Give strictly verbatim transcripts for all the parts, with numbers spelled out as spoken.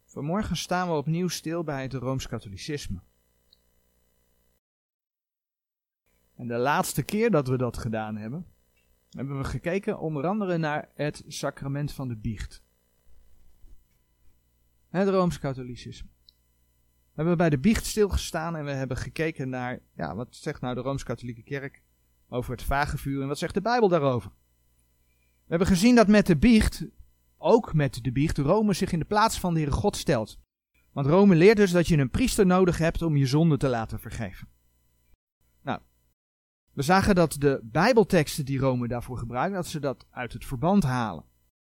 Vanmorgen staan we opnieuw stil bij het Rooms-Katholicisme. En de laatste keer dat we dat gedaan hebben, hebben we gekeken onder andere naar het sacrament van de biecht. Het Rooms-Katholicisme. We hebben bij de biecht stilgestaan en we hebben gekeken naar, ja, wat zegt nou de Rooms-Katholieke Kerk over het vagevuur en wat zegt de Bijbel daarover? We hebben gezien dat met de biecht, ook met de biecht, Rome zich in de plaats van de Heere God stelt. Want Rome leert dus dat je een priester nodig hebt om je zonde te laten vergeven. Nou, we zagen dat de Bijbelteksten die Rome daarvoor gebruikt, dat ze dat uit het verband halen.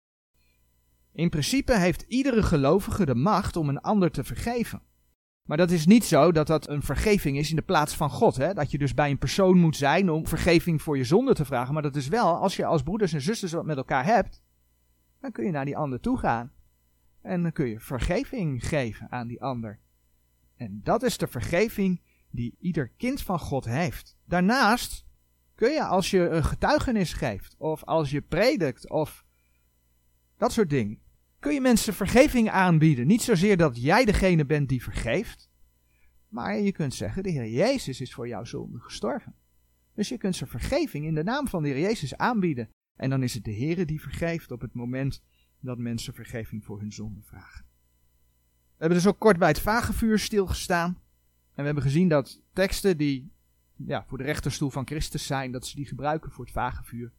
In principe heeft iedere gelovige de macht om een ander te vergeven. Maar dat is niet zo dat dat een vergeving is in de plaats van God. Hè? Dat je dus bij een persoon moet zijn om vergeving voor je zonde te vragen. Maar dat is wel, als je als broeders en zusters wat met elkaar hebt, dan kun je naar die ander toe gaan. En dan kun je vergeving geven aan die ander. En dat is de vergeving die ieder kind van God heeft. Daarnaast kun je, als je een getuigenis geeft, of als je predikt, of dat soort dingen, kun je mensen vergeving aanbieden. Niet zozeer dat jij degene bent die vergeeft, maar je kunt zeggen, de Heer Jezus is voor jouw zonde gestorven. Dus je kunt ze vergeving in de naam van de Heer Jezus aanbieden. En dan is het de Heer die vergeeft op het moment dat mensen vergeving voor hun zonde vragen. We hebben dus ook kort bij het vagevuur stilgestaan. En we hebben gezien dat teksten die ja, voor de rechterstoel van Christus zijn, dat ze die gebruiken voor het vagevuur.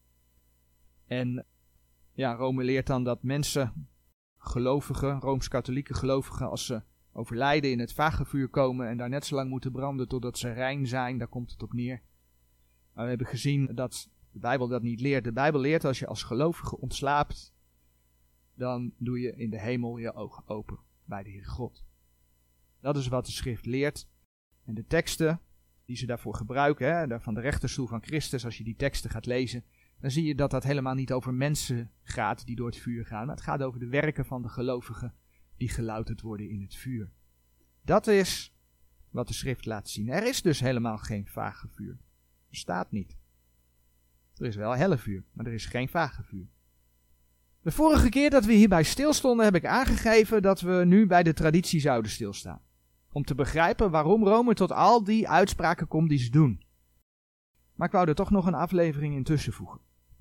En ja, Rome leert dan dat mensen, gelovigen, Rooms-Katholieke gelovigen, als ze overlijden in het vagevuur komen en daar net zo lang moeten branden totdat ze rein zijn, daar komt het op neer. Maar we hebben gezien dat de Bijbel dat niet leert. De Bijbel leert als je als gelovige ontslaapt, dan doe je in de hemel je ogen open bij de Heer God. Dat is wat de schrift leert. En de teksten die ze daarvoor gebruiken, hè, van de rechterstoel van Christus, als je die teksten gaat lezen, dan zie je dat dat helemaal niet over mensen gaat die door het vuur gaan, maar het gaat over de werken van de gelovigen die gelouterd worden in het vuur. Dat is wat de schrift laat zien. Er is dus helemaal geen vagevuur. Er staat niet. Er is wel hellevuur, maar er is geen vagevuur. De vorige keer dat we hierbij stilstonden heb ik aangegeven dat we nu bij de traditie zouden stilstaan. Om te begrijpen waarom Rome tot al die uitspraken komt die ze doen. Maar ik wou er toch nog een aflevering in tussenvoegen.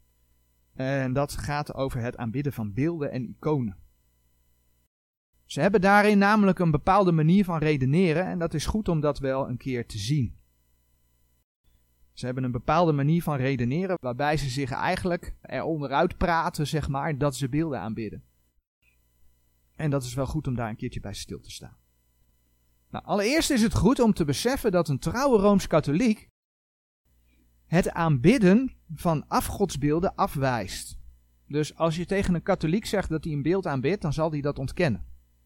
En dat gaat over het aanbidden van beelden en iconen. Ze hebben daarin namelijk een bepaalde manier van redeneren en dat is goed om dat wel een keer te zien. Ze hebben een bepaalde manier van redeneren waarbij ze zich eigenlijk eronderuit praten, zeg maar, dat ze beelden aanbidden. En dat is wel goed om daar een keertje bij stil te staan. Nou, allereerst is het goed om te beseffen dat een trouwe Rooms-Katholiek het aanbidden van afgodsbeelden afwijst. Dus als je tegen een katholiek zegt dat hij een beeld aanbidt, dan zal hij dat ontkennen.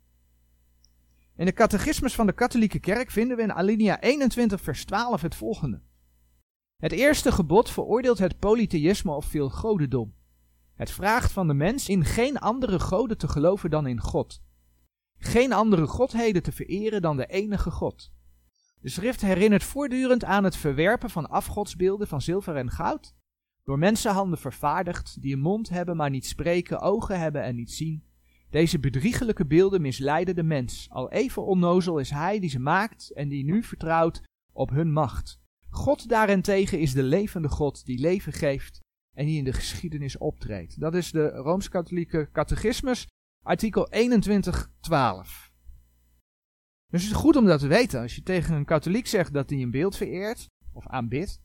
In de catechismus van de katholieke kerk vinden we in alinea eenentwintig vers twaalf het volgende. Het eerste gebod veroordeelt het polytheïsme of veelgodendom. Het vraagt van de mens in geen andere goden te geloven dan in God. Geen andere godheden te vereren dan de enige God. De schrift herinnert voortdurend aan het verwerpen van afgodsbeelden van zilver en goud, door mensenhanden vervaardigd, die een mond hebben maar niet spreken, ogen hebben en niet zien. Deze bedriegelijke beelden misleiden de mens, al even onnozel is hij die ze maakt en die nu vertrouwt op hun macht. God daarentegen is de levende God die leven geeft en die in de geschiedenis optreedt. Dat is de Rooms-Katholieke Catechismus, artikel eenentwintig twaalf. Dus het is goed om dat te weten. Als je tegen een katholiek zegt dat hij een beeld vereert of aanbidt,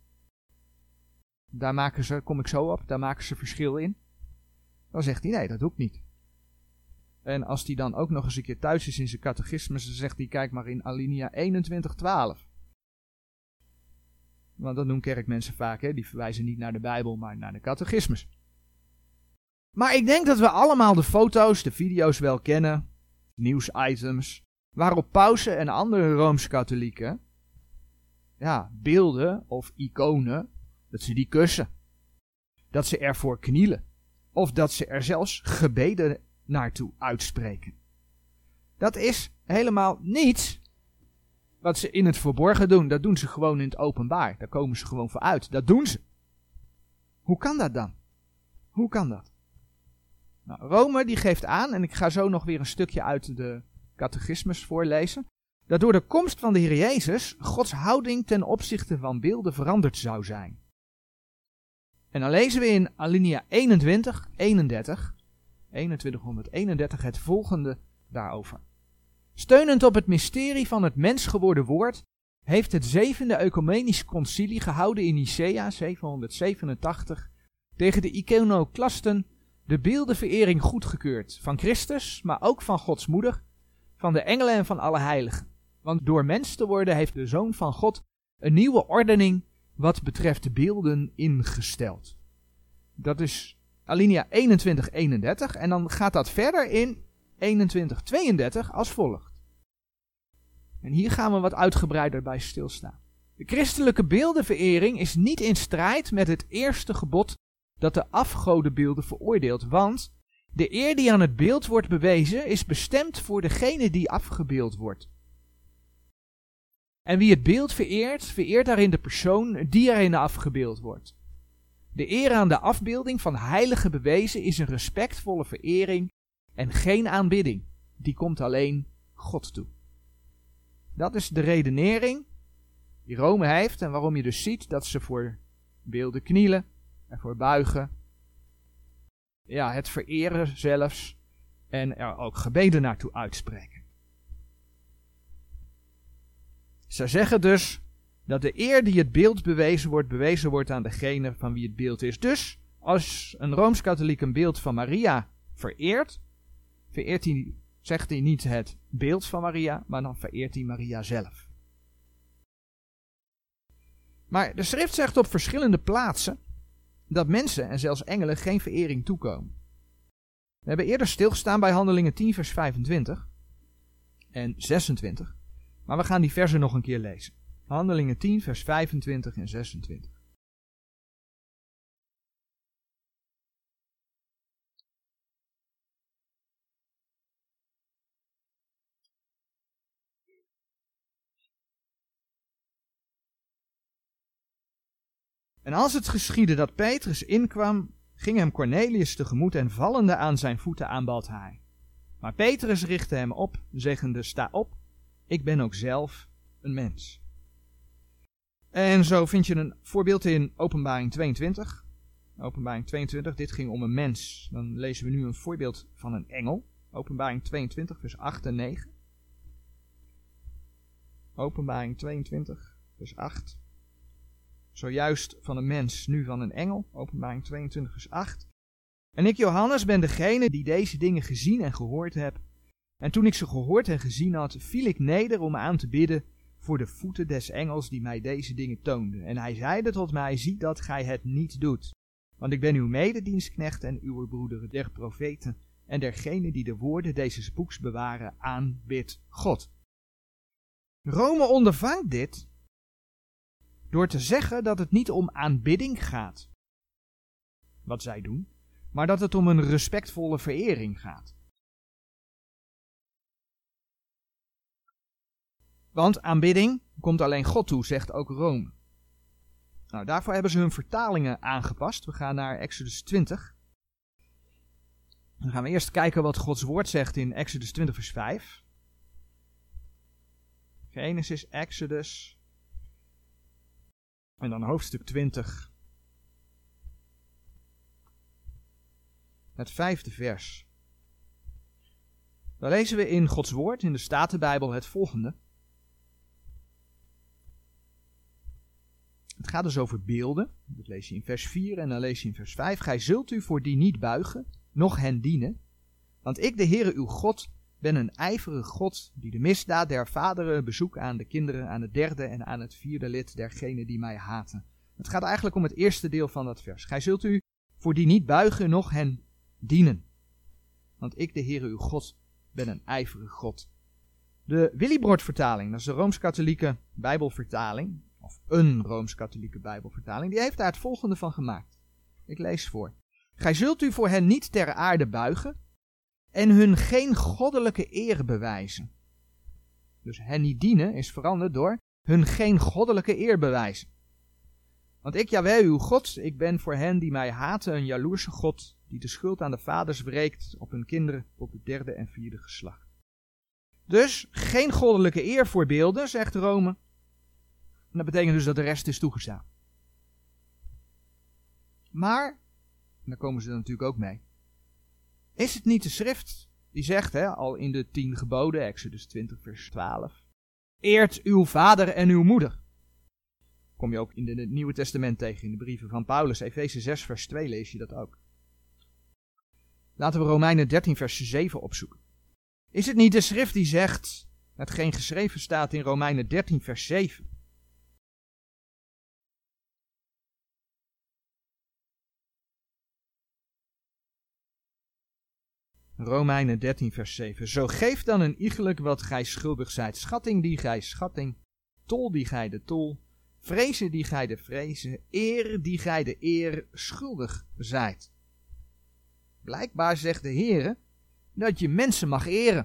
daar maken ze, kom ik zo op, daar maken ze verschil in. Dan zegt hij nee, dat doe ik niet. En als hij dan ook nog eens een keer thuis is in zijn catechismus, dan zegt hij kijk maar in alinea eenentwintig twaalf. Want dat doen kerkmensen vaak, hè? Die verwijzen niet naar de Bijbel, maar naar de catechismus. Maar ik denk dat we allemaal de foto's, de video's wel kennen, nieuwsitems, waarop pausen en andere Rooms-Katholieken, ja, beelden of iconen, dat ze die kussen. Dat ze ervoor knielen. Of dat ze er zelfs gebeden naartoe uitspreken. Dat is helemaal niets wat ze in het verborgen doen. Dat doen ze gewoon in het openbaar. Daar komen ze gewoon voor uit. Dat doen ze. Hoe kan dat dan? Hoe kan dat? Nou, Rome die geeft aan, en ik ga zo nog weer een stukje uit de catechismus voorlezen, dat door de komst van de Heer Jezus Gods houding ten opzichte van beelden veranderd zou zijn. En dan lezen we in alinea eenentwintig, eenendertig, eenentwintighonderdeenendertig het volgende daarover. Steunend op het mysterie van het mens geworden woord, heeft het zevende ecumenisch concilie gehouden in Nicea zevenhonderdzevenentachtig tegen de iconoclasten de beeldenverering goedgekeurd, van Christus, maar ook van Gods moeder, van de engelen en van alle heiligen. Want door mens te worden heeft de Zoon van God een nieuwe ordening wat betreft de beelden ingesteld. Dat is alinea eenentwintig eenendertig en dan gaat dat verder in eenentwintig tweeëndertig als volgt. En hier gaan we wat uitgebreider bij stilstaan. De christelijke beeldenverering is niet in strijd met het eerste gebod dat de afgodenbeelden veroordeelt, want de eer die aan het beeld wordt bewezen is bestemd voor degene die afgebeeld wordt. En wie het beeld vereert, vereert daarin de persoon die erin afgebeeld wordt. De eer aan de afbeelding van heiligen bewezen is een respectvolle verering en geen aanbidding. Die komt alleen God toe. Dat is de redenering die Rome heeft en waarom je dus ziet dat ze voor beelden knielen, ervoor buigen, ja, het vereren zelfs en er ook gebeden naartoe uitspreken. Ze zeggen dus dat de eer die het beeld bewezen wordt, bewezen wordt aan degene van wie het beeld is. Dus als een Rooms-Katholiek een beeld van Maria vereert, vereert hij, zegt hij niet het beeld van Maria, maar dan vereert hij Maria zelf. Maar de schrift zegt op verschillende plaatsen dat mensen en zelfs engelen geen verering toekomen. We hebben eerder stilgestaan bij Handelingen tien vers vijfentwintig en zesentwintig, maar we gaan die versen nog een keer lezen. Handelingen tien vers vijfentwintig en zesentwintig. En als het geschiedde dat Petrus inkwam, ging hem Cornelius tegemoet en vallende aan zijn voeten aanbad hij. Maar Petrus richtte hem op, zeggende, sta op, ik ben ook zelf een mens. En zo vind je een voorbeeld in Openbaring tweeëntwintig. Openbaring tweeëntwintig, dit ging om een mens. Dan lezen we nu een voorbeeld van een engel. Openbaring tweeëntwintig, vers acht en negen. Openbaring tweeëntwintig, vers acht. Zojuist van een mens, nu van een engel. Openbaring tweeëntwintig, vers acht. En ik, Johannes, ben degene die deze dingen gezien en gehoord heb. En toen ik ze gehoord en gezien had, viel ik neder om aan te bidden voor de voeten des engels die mij deze dingen toonde. En hij zeide tot mij, zie dat gij het niet doet. Want ik ben uw mededienstknecht en uw broeder der profeten en dergene die de woorden deze boeks bewaren, aanbidt God. Rome ondervangt dit door te zeggen dat het niet om aanbidding gaat, wat zij doen, maar dat het om een respectvolle verering gaat. Want aanbidding komt alleen God toe, zegt ook Rome. Nou, daarvoor hebben ze hun vertalingen aangepast. We gaan naar Exodus twintig. Dan gaan we eerst kijken wat Gods woord zegt in Exodus twintig vers vijf. Genesis, Exodus. En dan hoofdstuk twintig. Het vijfde vers. Dan lezen we in Gods woord, in de Statenbijbel, het volgende. Het gaat dus over beelden. Dat lees je in vers vier en dan lees je in vers vijf. Gij zult u voor die niet buigen, noch hen dienen. Want ik, de Heere uw God, ben een ijverige God, die de misdaad der vaderen bezoekt aan de kinderen, aan het derde en aan het vierde lid dergenen die mij haten. Het gaat eigenlijk om het eerste deel van dat vers. Gij zult u voor die niet buigen, noch hen dienen. Want ik, de Heere uw God, ben een ijverige God. De Willibrord-vertaling, dat is de Rooms-Katholieke Bijbelvertaling, of een Rooms-Katholieke Bijbelvertaling, die heeft daar het volgende van gemaakt. Ik lees voor. Gij zult u voor hen niet ter aarde buigen en hun geen goddelijke eer bewijzen. Dus hen niet dienen is veranderd door hun geen goddelijke eer bewijzen. Want ik, Jahweh, uw God, ik ben voor hen die mij haten een jaloerse God, die de schuld aan de vaders wreekt op hun kinderen tot het derde en vierde geslacht. Dus geen goddelijke eer voor beelden, zegt Rome. En dat betekent dus dat de rest is toegestaan. Maar, en daar komen ze dan natuurlijk ook mee. Is het niet de schrift die zegt, hè, al in de tien geboden, Exodus twintig vers twaalf. Eert uw vader en uw moeder. Kom je ook in het Nieuwe Testament tegen, in de brieven van Paulus. Efeze zes vers twee lees je dat ook. Laten we Romeinen dertien vers zeven opzoeken. Is het niet de schrift die zegt, hetgeen geschreven staat in Romeinen dertien vers zeven. Romeinen dertien vers zeven. Zo geef dan een iegelijk wat gij schuldig zijt. Schatting die gij schatting. Tol die gij de tol. Vrezen die gij de vrezen. Eer die gij de eer schuldig zijt. Blijkbaar zegt de Heere dat je mensen mag eren.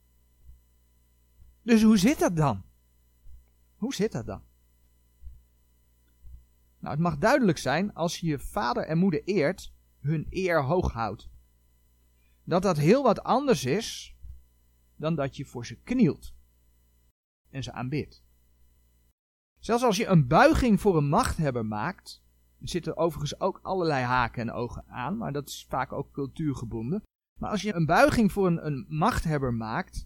Dus hoe zit dat dan? Hoe zit dat dan? Nou, het mag duidelijk zijn als je je vader en moeder eert, hun eer hoog houdt. Dat dat heel wat anders is dan dat je voor ze knielt en ze aanbidt. Zelfs als je een buiging voor een machthebber maakt, er zitten overigens ook allerlei haken en ogen aan, maar dat is vaak ook cultuurgebonden. Maar als je een buiging voor een, een machthebber maakt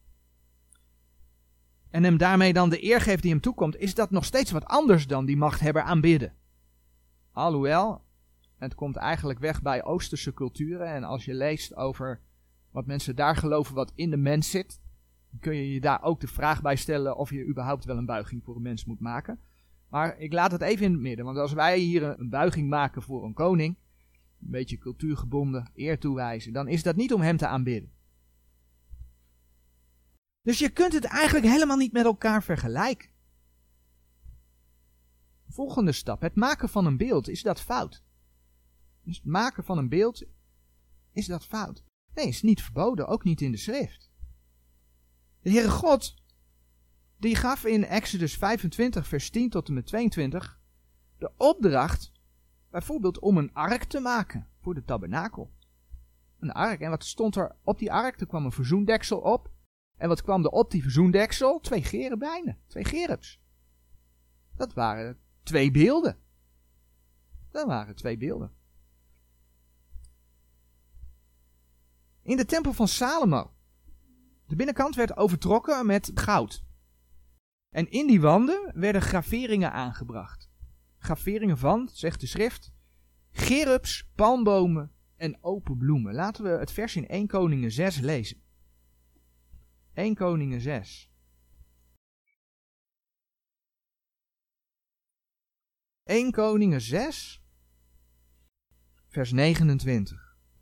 en hem daarmee dan de eer geeft die hem toekomt, is dat nog steeds wat anders dan die machthebber aanbidden. Alhoewel, het komt eigenlijk weg bij Oosterse culturen en als je leest over wat mensen daar geloven wat in de mens zit, kun je je daar ook de vraag bij stellen of je überhaupt wel een buiging voor een mens moet maken. Maar ik laat het even in het midden, want als wij hier een buiging maken voor een koning, een beetje cultuurgebonden, eer toewijzen, dan is dat niet om hem te aanbidden. Dus je kunt het eigenlijk helemaal niet met elkaar vergelijken. Volgende stap, het maken van een beeld, is dat fout? Dus het maken van een beeld, is dat fout? Nee, is niet verboden, ook niet in de schrift. De Heere God, die gaf in Exodus vijfentwintig vers tien tot en met tweeëntwintig de opdracht, bijvoorbeeld om een ark te maken voor de tabernakel. Een ark, en wat stond er op die ark? Er kwam een verzoendeksel op. En wat kwam er op die verzoendeksel? Twee cherubijnen, twee cherubs. Dat waren twee beelden. Dat waren twee beelden. In de tempel van Salomo. De binnenkant werd overtrokken met goud. En in die wanden werden graveringen aangebracht. Graveringen van, zegt de schrift, cherubs, palmbomen en open bloemen. Laten we het vers in Eerste Koningen zes lezen. Eerste Koningen zes. Eerste Koningen zes, vers negenentwintig.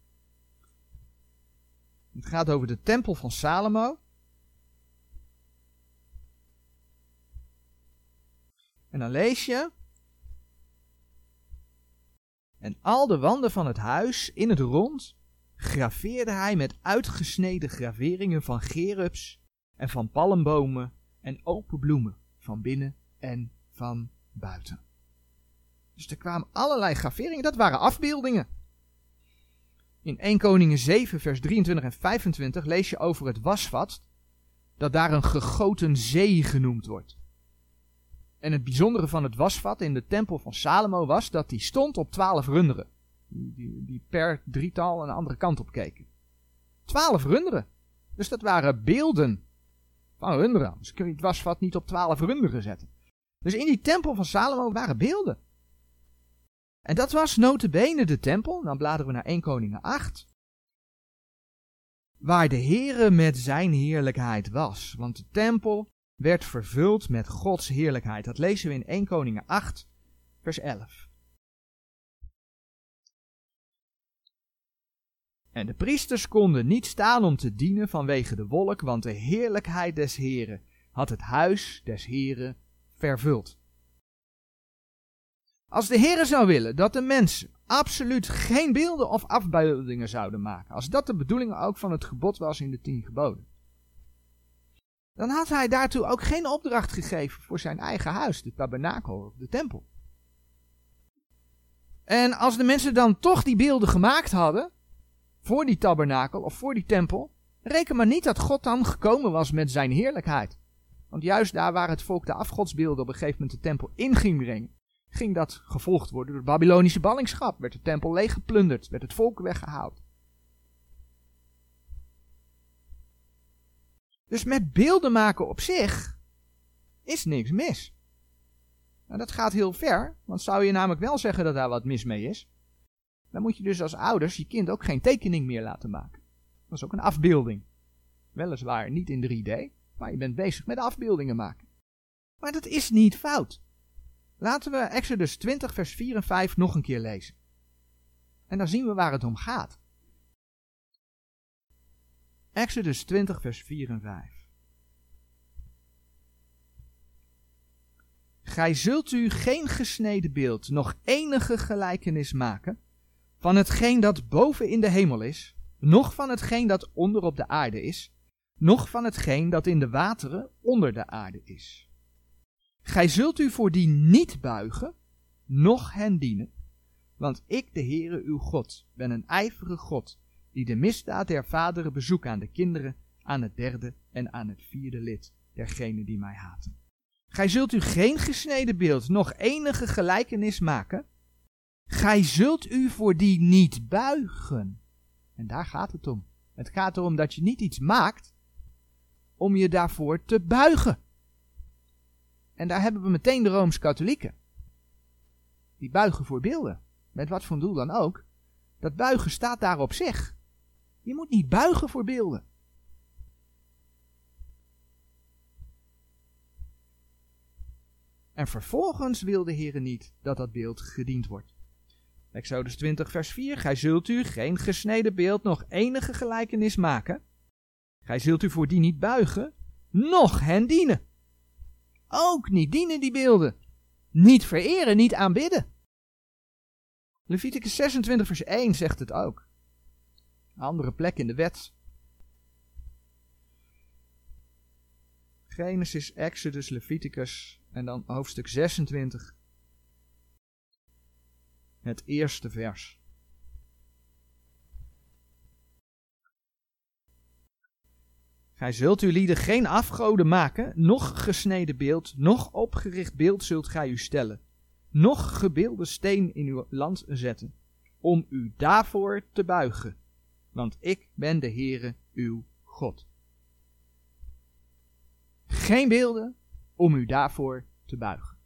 Het gaat over de tempel van Salomo. En dan lees je. En al de wanden van het huis in het rond graveerde hij met uitgesneden graveringen van cherubs en van palmbomen en open bloemen van binnen en van buiten. Dus er kwamen allerlei graveringen, dat waren afbeeldingen. In Eerste Koningen zeven vers drieëntwintig en vijfentwintig lees je over het wasvat, dat daar een gegoten zee genoemd wordt. En het bijzondere van het wasvat in de tempel van Salomo was dat die stond op twaalf runderen. Die, die, die per drietal een andere kant op keken. Twaalf runderen. Dus dat waren beelden van runderen. Dus kun je het wasvat niet op twaalf runderen zetten. Dus in die tempel van Salomo waren beelden. En dat was nota bene de tempel. Dan bladeren we naar Eerste Koningen acht. Waar de Heere met zijn heerlijkheid was. Want de tempel werd vervuld met Gods heerlijkheid. Dat lezen we in Eerste Koningen acht, vers elf. En de priesters konden niet staan om te dienen vanwege de wolk, want de heerlijkheid des Heren had het huis des Heren vervuld. Als de Heere zou willen dat de mensen absoluut geen beelden of afbeeldingen zouden maken, als dat de bedoeling ook van het gebod was in de tien geboden, dan had hij daartoe ook geen opdracht gegeven voor zijn eigen huis, de tabernakel of de tempel. En als de mensen dan toch die beelden gemaakt hadden, voor die tabernakel of voor die tempel, Reken maar niet dat God dan gekomen was met zijn heerlijkheid. Want juist daar waar het volk de afgodsbeelden op een gegeven moment de tempel in ging brengen, ging dat gevolgd worden door de Babylonische ballingschap. Werd de tempel leeggeplunderd, werd het volk weggehaald. Dus met beelden maken op zich is niks mis. Nou, dat gaat heel ver, want zou je namelijk wel zeggen dat daar wat mis mee is, dan moet je dus als ouders je kind ook geen tekening meer laten maken. Dat is ook een afbeelding. Weliswaar niet in drie D, maar je bent bezig met afbeeldingen maken. Maar dat is niet fout. Laten we Exodus twintig vers vier en vijf nog een keer lezen. En dan zien we waar het om gaat. Exodus twintig vers vier en vijf. Gij zult u geen gesneden beeld, nog enige gelijkenis maken van hetgeen dat boven in de hemel is, noch van hetgeen dat onder op de aarde is, noch van hetgeen dat in de wateren onder de aarde is. Gij zult u voor die niet buigen, noch hen dienen, want ik, de Heere uw God, ben een ijverige God, die de misdaad der vaderen bezoekt aan de kinderen, aan het derde en aan het vierde lid dergenen die mij haten. Gij zult u geen gesneden beeld, nog enige gelijkenis maken. Gij zult u voor die niet buigen. En daar gaat het om. Het gaat erom dat je niet iets maakt om je daarvoor te buigen. En daar hebben we meteen de Rooms-Katholieken. Die buigen voor beelden. Met wat voor doel dan ook. Dat buigen staat daar op zich. Je moet niet buigen voor beelden. En vervolgens wil de Heere niet dat dat beeld gediend wordt. Exodus twintig vers vier. Gij zult u geen gesneden beeld, nog enige gelijkenis maken. Gij zult u voor die niet buigen, noch hen dienen. Ook niet dienen die beelden. Niet vereren, niet aanbidden. Leviticus zesentwintig vers één zegt het ook. Een andere plek in de wet. Genesis, Exodus, Leviticus en dan hoofdstuk zesentwintig. Het eerste vers. Gij zult uw lieden geen afgoden maken, noch gesneden beeld, noch opgericht beeld zult gij u stellen, noch gebeelde steen in uw land zetten, om u daarvoor te buigen, want ik ben de Heere uw God. Geen beelden om u daarvoor te buigen.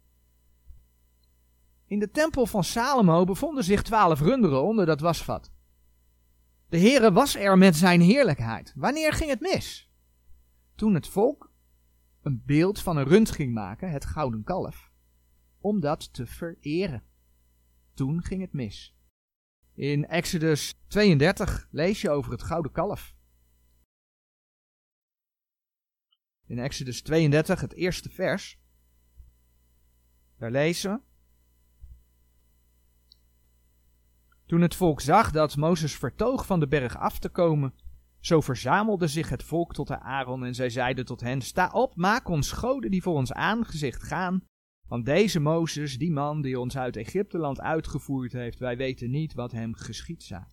In de tempel van Salomo bevonden zich twaalf runderen onder dat wasvat. De Heere was er met zijn heerlijkheid. Wanneer ging het mis? Toen het volk een beeld van een rund ging maken, het gouden kalf, om dat te vereren. Toen ging het mis. In Exodus tweeëndertig lees je over het gouden kalf. In Exodus tweeëndertig, het eerste vers, daar lezen we: Toen het volk zag dat Mozes vertoog van de berg af te komen, zo verzamelde zich het volk tot de Aaron en zij zeiden tot hen: Sta op, maak ons goden die voor ons aangezicht gaan, want deze Mozes, die man die ons uit Egypteland uitgevoerd heeft, wij weten niet wat hem geschied zij.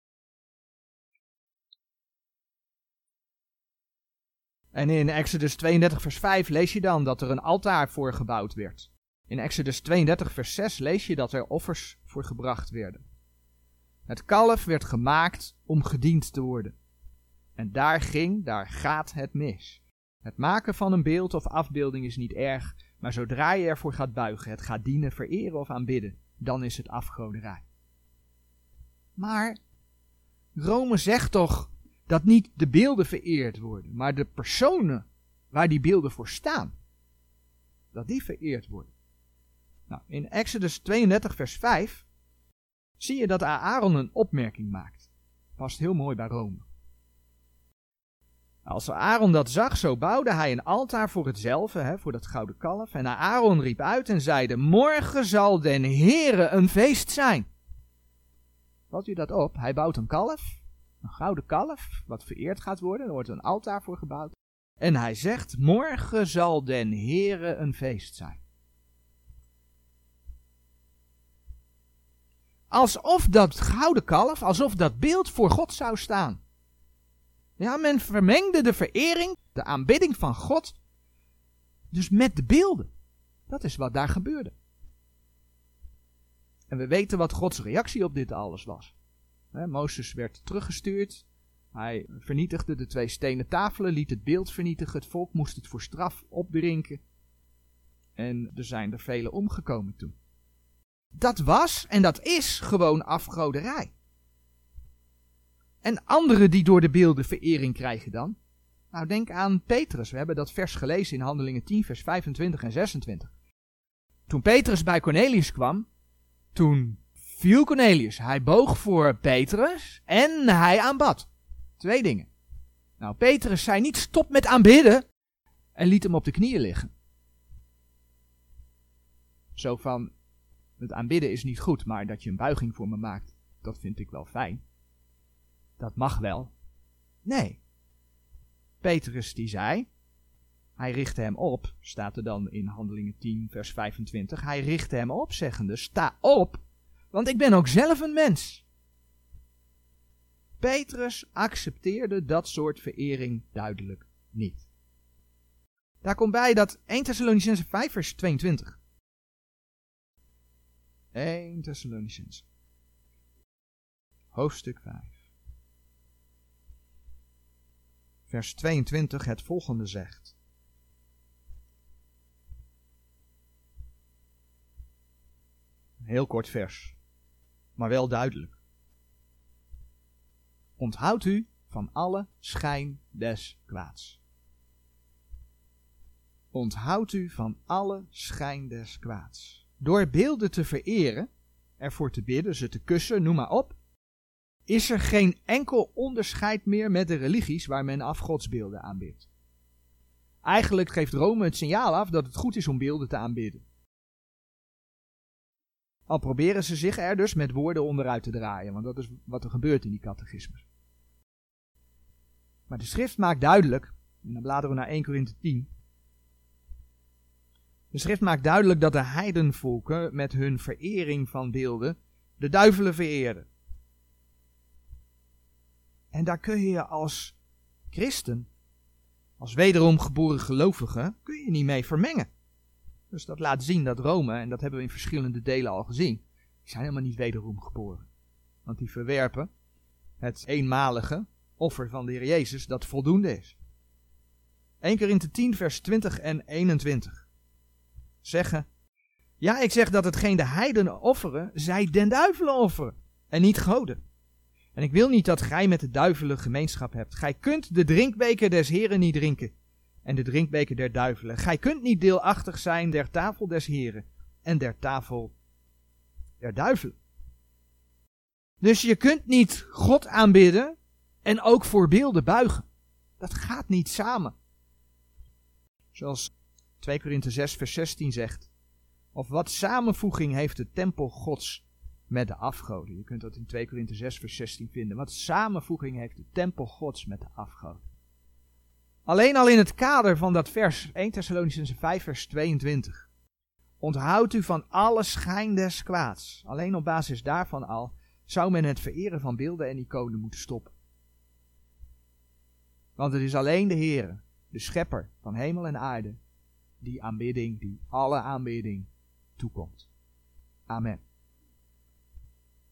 En in Exodus tweeëndertig vers vijf lees je dan dat er een altaar voor gebouwd werd. In Exodus tweeëndertig vers zes lees je dat er offers voor gebracht werden. Het kalf werd gemaakt om gediend te worden. En daar ging, daar gaat het mis. Het maken van een beeld of afbeelding is niet erg, maar zodra je ervoor gaat buigen, het gaat dienen, vereren of aanbidden, dan is het afgoderij. Maar Rome zegt toch dat niet de beelden vereerd worden, maar de personen waar die beelden voor staan, dat die vereerd worden. Nou, in Exodus tweeëndertig vers vijf zie je dat Aaron een opmerking maakt. Past heel mooi bij Rome. Als Aaron dat zag, zo bouwde hij een altaar voor hetzelfde, hè, voor dat gouden kalf. En Aaron riep uit en zeide: Morgen zal den Heere een feest zijn. Valt u dat op? Hij bouwt een kalf, een gouden kalf, wat vereerd gaat worden. Er wordt een altaar voor gebouwd. En hij zegt: Morgen zal den Heere een feest zijn. Alsof dat gouden kalf, alsof dat beeld voor God zou staan. Ja, men vermengde de verering, de aanbidding van God, dus met de beelden. Dat is wat daar gebeurde. En we weten wat Gods reactie op dit alles was. He, Mozes werd teruggestuurd. Hij vernietigde de twee stenen tafelen, liet het beeld vernietigen. Het volk moest het voor straf opdrinken. En er zijn er velen omgekomen toen. Dat was en dat is gewoon afgoderij. En anderen die door de beelden verering krijgen dan? Nou, denk aan Petrus. We hebben dat vers gelezen in Handelingen tien, vers vijfentwintig en zesentwintig. Toen Petrus bij Cornelius kwam, toen viel Cornelius. Hij boog voor Petrus en hij aanbad. Twee dingen. Nou, Petrus zei niet stop met aanbidden en liet hem op de knieën liggen. Zo van, het aanbidden is niet goed, maar dat je een buiging voor me maakt, dat vind ik wel fijn. Dat mag wel. Nee. Petrus die zei, hij richtte hem op, staat er dan in Handelingen tien vers vijfentwintig, hij richtte hem op zeggende, sta op, want ik ben ook zelf een mens. Petrus accepteerde dat soort verering duidelijk niet. Daar komt bij dat Eerste Thessalonicenzen vijf vers tweeëntwintig. Eerste Thessalonicenzen. Hoofdstuk vijf. Vers tweeëntwintig het volgende zegt. Een heel kort vers, maar wel duidelijk. Onthoud u van alle schijn des kwaads. Onthoud u van alle schijn des kwaads. Door beelden te vereren, ervoor te bidden, ze te kussen, noem maar op, is er geen enkel onderscheid meer met de religies waar men afgodsbeelden aanbidt. Eigenlijk geeft Rome het signaal af dat het goed is om beelden te aanbidden. Al proberen ze zich er dus met woorden onderuit te draaien, want dat is wat er gebeurt in die catechismus. Maar de schrift maakt duidelijk, en dan bladeren we naar Eerste Korinthe tien. De schrift maakt duidelijk dat de heidenvolken met hun verering van beelden de duivelen vereerden. En daar kun je je als christen, als wederom geboren gelovige, kun je niet mee vermengen. Dus dat laat zien dat Rome, en dat hebben we in verschillende delen al gezien, die zijn helemaal niet wederom geboren. Want die verwerpen het eenmalige offer van de Heer Jezus dat voldoende is. Eerste Korinthe tien vers twintig en eenentwintig. Zeggen, ja, ik zeg dat hetgeen de heidenen offeren, zij den duivelen offeren en niet goden. En ik wil niet dat gij met de duivelen gemeenschap hebt. Gij kunt de drinkbeker des Heren niet drinken en de drinkbeker der duivelen. Gij kunt niet deelachtig zijn der tafel des Heren en der tafel der duivelen. Dus je kunt niet God aanbidden en ook voor beelden buigen. Dat gaat niet samen. Zoals Tweede Korinthe zes vers zestien zegt. Of wat samenvoeging heeft de tempel Gods met de afgoden. Je kunt dat in Tweede Korinthe zes vers zestien vinden. Wat samenvoeging heeft de tempel Gods met de afgoden. Alleen al in het kader van dat vers, Eerste Thessalonicenzen vijf vers tweeëntwintig. Onthoud u van alle schijn des kwaads. Alleen op basis daarvan al zou men het vereren van beelden en iconen moeten stoppen. Want het is alleen de Heere, de schepper van hemel en aarde, die aanbidding, die alle aanbidding toekomt. Amen.